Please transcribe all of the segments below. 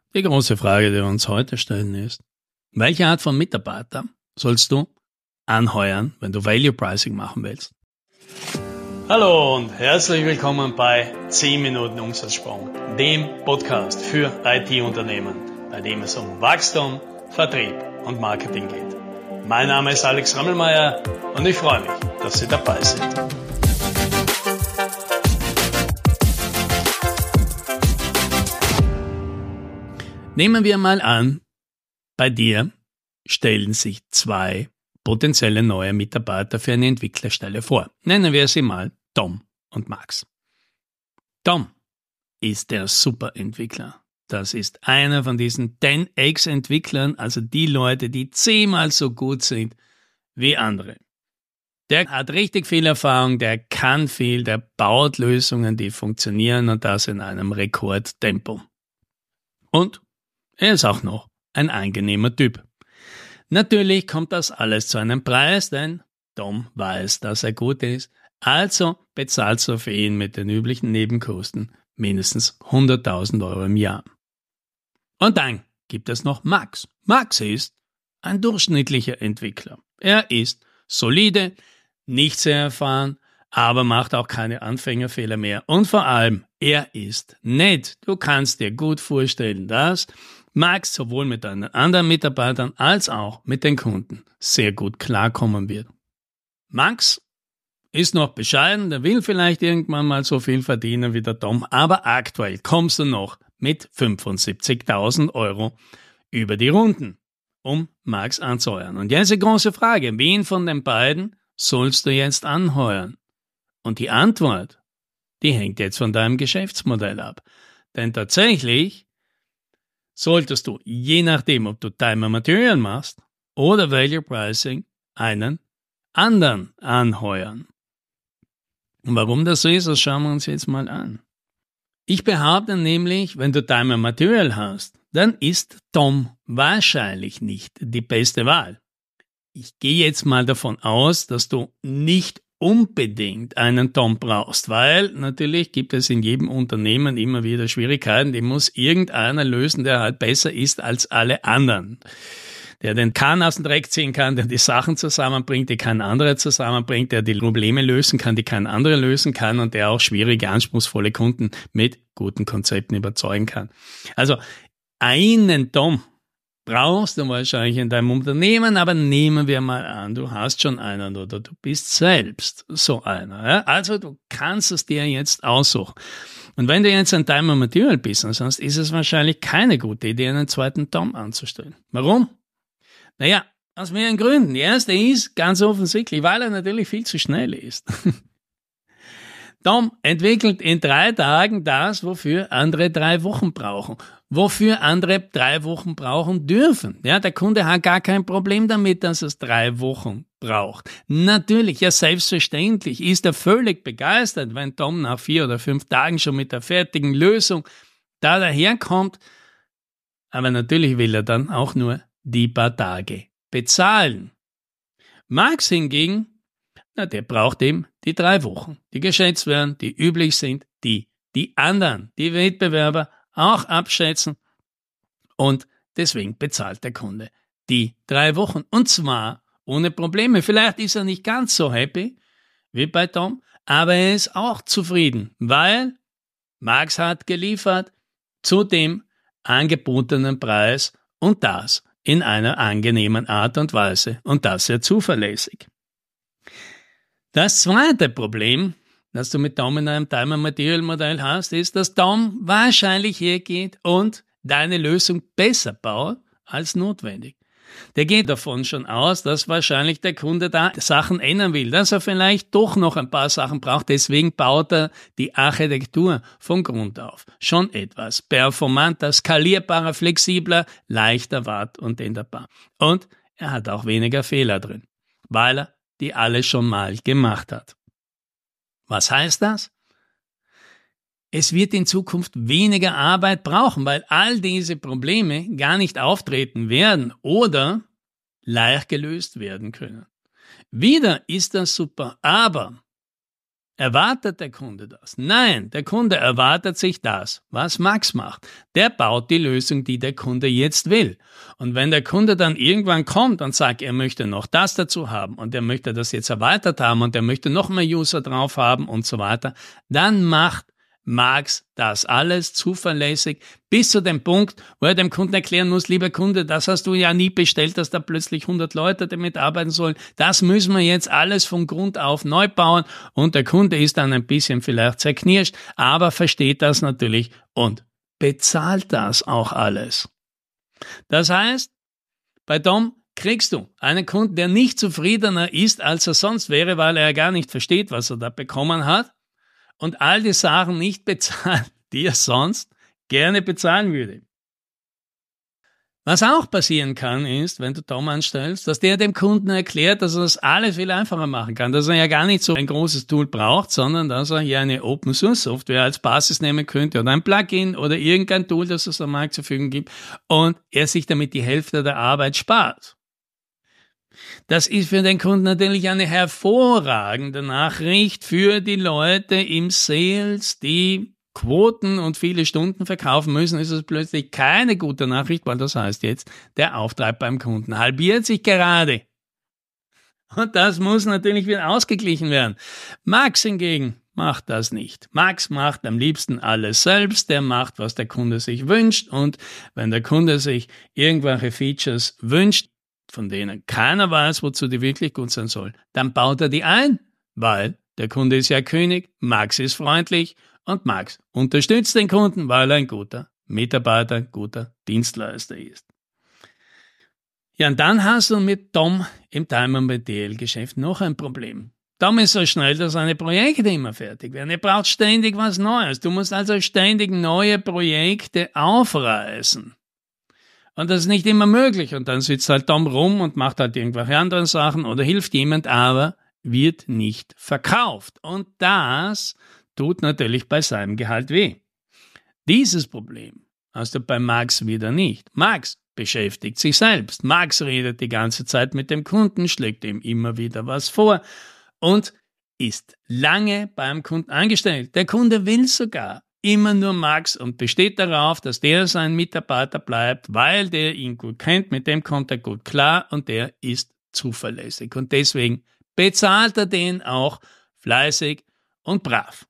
Die große Frage, die wir uns heute stellen, ist, welche Art von Mitarbeiter sollst du anheuern, wenn du Value Pricing machen willst? Hallo und herzlich willkommen bei 10 Minuten Umsatzsprung, dem Podcast für IT-Unternehmen, bei dem es um Wachstum, Vertrieb und Marketing geht. Mein Name ist Alex Rammelmeier und ich freue mich, dass Sie dabei sind. Nehmen wir mal an, bei dir stellen sich 2 potenzielle neue Mitarbeiter für eine Entwicklerstelle vor. Nennen wir sie mal Tom und Max. Tom ist der Superentwickler. Das ist einer von diesen 10x-Entwicklern, also die Leute, die 10-mal so gut sind wie andere. Der hat richtig viel Erfahrung, der kann viel, der baut Lösungen, die funktionieren und das in einem Rekordtempo. Und er ist auch noch ein angenehmer Typ. Natürlich kommt das alles zu einem Preis, denn Tom weiß, dass er gut ist. Also bezahlt du für ihn mit den üblichen Nebenkosten mindestens 100.000 Euro im Jahr. Und dann gibt es noch Max. Max ist ein durchschnittlicher Entwickler. Er ist solide, nicht sehr erfahren, aber macht auch keine Anfängerfehler mehr. Und vor allem, er ist nett. Du kannst dir gut vorstellen, dass Max sowohl mit deinen anderen Mitarbeitern als auch mit den Kunden sehr gut klarkommen wird. Max ist noch bescheiden, der will vielleicht irgendwann mal so viel verdienen wie der Tom, aber aktuell kommst du noch mit 75.000 Euro über die Runden, um Max anzuheuern. Und jetzt die große Frage, wen von den beiden sollst du jetzt anheuern? Und die Antwort, die hängt jetzt von deinem Geschäftsmodell ab. Denn tatsächlich solltest du, je nachdem, ob du Time and Material machst oder Value Pricing, einen anderen anheuern. Und warum das so ist, das schauen wir uns jetzt mal an. Ich behaupte nämlich, wenn du Time and Material hast, dann ist Tom wahrscheinlich nicht die beste Wahl. Ich gehe jetzt mal davon aus, dass du nicht unbedingt einen Tom brauchst, weil natürlich gibt es in jedem Unternehmen immer wieder Schwierigkeiten, die muss irgendeiner lösen, der halt besser ist als alle anderen. Der den Kahn aus dem Dreck ziehen kann, der die Sachen zusammenbringt, die kein anderer zusammenbringt, der die Probleme lösen kann, die kein anderer lösen kann und der auch schwierige, anspruchsvolle Kunden mit guten Konzepten überzeugen kann. Also einen Tom brauchst du wahrscheinlich in deinem Unternehmen, aber nehmen wir mal an, du hast schon einen oder du bist selbst so einer. Ja? Also du kannst es dir jetzt aussuchen. Und wenn du jetzt ein Time and Material Business hast, ist es wahrscheinlich keine gute Idee, einen zweiten Tom anzustellen. Warum? Naja, aus mehreren Gründen. Die erste ist ganz offensichtlich, weil er natürlich viel zu schnell ist. Tom entwickelt in 3 Tagen das, wofür andere 3 Wochen brauchen. Wofür andere 3 Wochen brauchen dürfen. Ja, der Kunde hat gar kein Problem damit, dass es 3 Wochen braucht. Natürlich, ja selbstverständlich ist er völlig begeistert, wenn Tom nach 4 oder 5 Tagen schon mit der fertigen Lösung da daherkommt. Aber natürlich will er dann auch nur die paar Tage bezahlen. Max hingegen, der braucht eben die 3 Wochen, die geschätzt werden, die üblich sind, die anderen, die Wettbewerber auch abschätzen und deswegen bezahlt der Kunde die 3 Wochen und zwar ohne Probleme. Vielleicht ist er nicht ganz so happy wie bei Tom, aber er ist auch zufrieden, weil Max hat geliefert zu dem angebotenen Preis und das in einer angenehmen Art und Weise und das sehr zuverlässig. Das zweite Problem, das du mit Tom in einem Time and Material Modell hast, ist, dass Tom wahrscheinlich hergeht und deine Lösung besser baut als notwendig. Der geht davon schon aus, dass wahrscheinlich der Kunde da Sachen ändern will, dass er vielleicht doch noch ein paar Sachen braucht. Deswegen baut er die Architektur von Grund auf. Schon etwas performanter, skalierbarer, flexibler, leichter, wart- und änderbar. Und er hat auch weniger Fehler drin, weil er die alle schon mal gemacht hat. Was heißt das? Es wird in Zukunft weniger Arbeit brauchen, weil all diese Probleme gar nicht auftreten werden oder leicht gelöst werden können. Wieder ist das super, aber Erwartet der Kunde das? Nein, der Kunde erwartet sich das, was Max macht. Der baut die Lösung, die der Kunde jetzt will. Und wenn der Kunde dann irgendwann kommt und sagt, er möchte noch das dazu haben und er möchte das jetzt erweitert haben und er möchte noch mehr User drauf haben und so weiter, dann macht Max das alles zuverlässig bis zu dem Punkt, wo er dem Kunden erklären muss, lieber Kunde, das hast du ja nie bestellt, dass da plötzlich 100 Leute damit arbeiten sollen. Das müssen wir jetzt alles von Grund auf neu bauen und der Kunde ist dann ein bisschen vielleicht zerknirscht, aber versteht das natürlich und bezahlt das auch alles. Das heißt, bei Tom kriegst du einen Kunden, der nicht zufriedener ist, als er sonst wäre, weil er gar nicht versteht, was er da bekommen hat und all die Sachen nicht bezahlt, die er sonst gerne bezahlen würde. Was auch passieren kann, ist, wenn du Tom anstellst, dass der dem Kunden erklärt, dass er das alles viel einfacher machen kann, dass er ja gar nicht so ein großes Tool braucht, sondern dass er hier eine Open-Source-Software als Basis nehmen könnte oder ein Plugin oder irgendein Tool, das es am Markt zur Verfügung gibt und er sich damit die Hälfte der Arbeit spart. Das ist für den Kunden natürlich eine hervorragende Nachricht für die Leute im Sales, die Quoten und viele Stunden verkaufen müssen, ist es plötzlich keine gute Nachricht, weil das heißt jetzt, der Auftrag beim Kunden halbiert sich gerade. Und das muss natürlich wieder ausgeglichen werden. Max hingegen macht das nicht. Max macht am liebsten alles selbst, der macht, was der Kunde sich wünscht und wenn der Kunde sich irgendwelche Features wünscht, von denen keiner weiß, wozu die wirklich gut sein soll, dann baut er die ein, weil der Kunde ist ja König, Max ist freundlich und Max unterstützt den Kunden, weil er ein guter Mitarbeiter, ein guter Dienstleister ist. Ja, und dann hast du mit Tom im Time and Material-Geschäft noch ein Problem. Tom ist so schnell, dass seine Projekte immer fertig werden. Er braucht ständig was Neues. Du musst also ständig neue Projekte aufreißen. Und das ist nicht immer möglich. Und dann sitzt halt Tom rum und macht halt irgendwelche anderen Sachen oder hilft jemand, aber wird nicht verkauft. Und das tut natürlich bei seinem Gehalt weh. Dieses Problem hast du bei Max wieder nicht. Max beschäftigt sich selbst. Max redet die ganze Zeit mit dem Kunden, schlägt ihm immer wieder was vor und ist lange beim Kunden angestellt. Der Kunde will sogar immer nur Max und besteht darauf, dass der sein Mitarbeiter bleibt, weil der ihn gut kennt, mit dem kommt er gut klar und der ist zuverlässig. Und deswegen bezahlt er den auch fleißig und brav.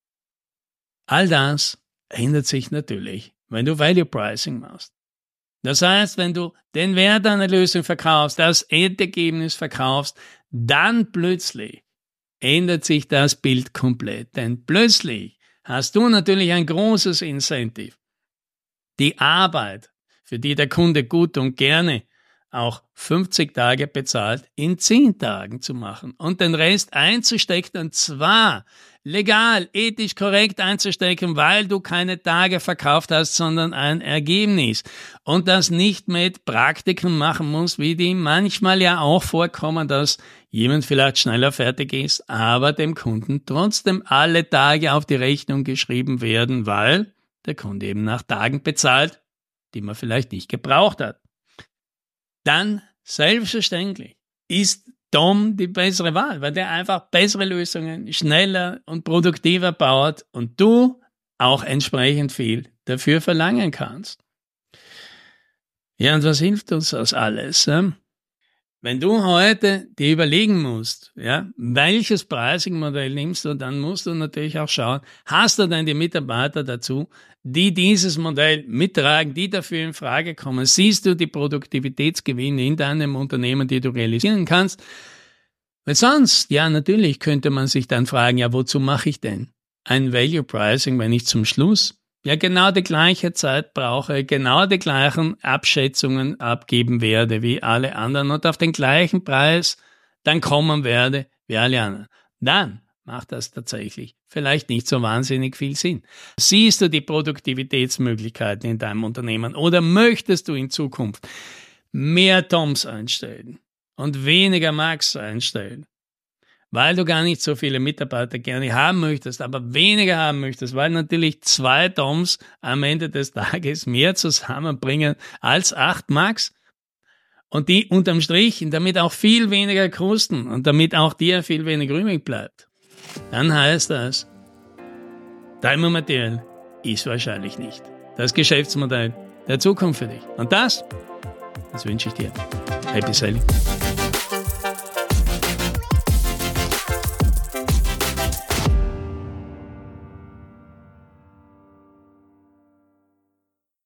All das ändert sich natürlich, wenn du Value Pricing machst. Das heißt, wenn du den Wert einer Lösung verkaufst, das Endergebnis verkaufst, dann plötzlich ändert sich das Bild komplett. Denn plötzlich hast du natürlich ein großes Incentive, die Arbeit, für die der Kunde gut und gerne auch 50 Tage bezahlt, in 10 Tagen zu machen und den Rest einzustecken und zwar legal, ethisch korrekt einzustecken, weil du keine Tage verkauft hast, sondern ein Ergebnis und das nicht mit Praktiken machen musst, wie die manchmal ja auch vorkommen, dass jemand vielleicht schneller fertig ist, aber dem Kunden trotzdem alle Tage auf die Rechnung geschrieben werden, weil der Kunde eben nach Tagen bezahlt, die man vielleicht nicht gebraucht hat. Dann selbstverständlich ist Tom die bessere Wahl, weil der einfach bessere Lösungen schneller und produktiver baut und du auch entsprechend viel dafür verlangen kannst. Ja, und was hilft uns das alles? Wenn du heute dir überlegen musst, ja, welches Pricing-Modell nimmst du, dann musst du natürlich auch schauen, hast du denn die Mitarbeiter dazu, die dieses Modell mittragen, die dafür in Frage kommen? Siehst du die Produktivitätsgewinne in deinem Unternehmen, die du realisieren kannst? Weil sonst, ja, natürlich könnte man sich dann fragen, ja, wozu mache ich denn ein Value Pricing, wenn ich zum Schluss ja genau die gleiche Zeit brauche, genau die gleichen Abschätzungen abgeben werde wie alle anderen und auf den gleichen Preis dann kommen werde wie alle anderen. Dann macht das tatsächlich vielleicht nicht so wahnsinnig viel Sinn. Siehst du die Produktivitätsmöglichkeiten in deinem Unternehmen oder möchtest du in Zukunft mehr Toms einstellen und weniger Max einstellen? Weil du gar nicht so viele Mitarbeiter gerne haben möchtest, aber weniger haben möchtest, weil natürlich 2 Toms am Ende des Tages mehr zusammenbringen als 8 Max und die unterm Strich damit auch viel weniger kosten und damit auch dir viel weniger übrig bleibt. dann heißt das, Time and Material ist wahrscheinlich nicht das Geschäftsmodell der Zukunft für dich. Und das wünsche ich dir. Happy Selling.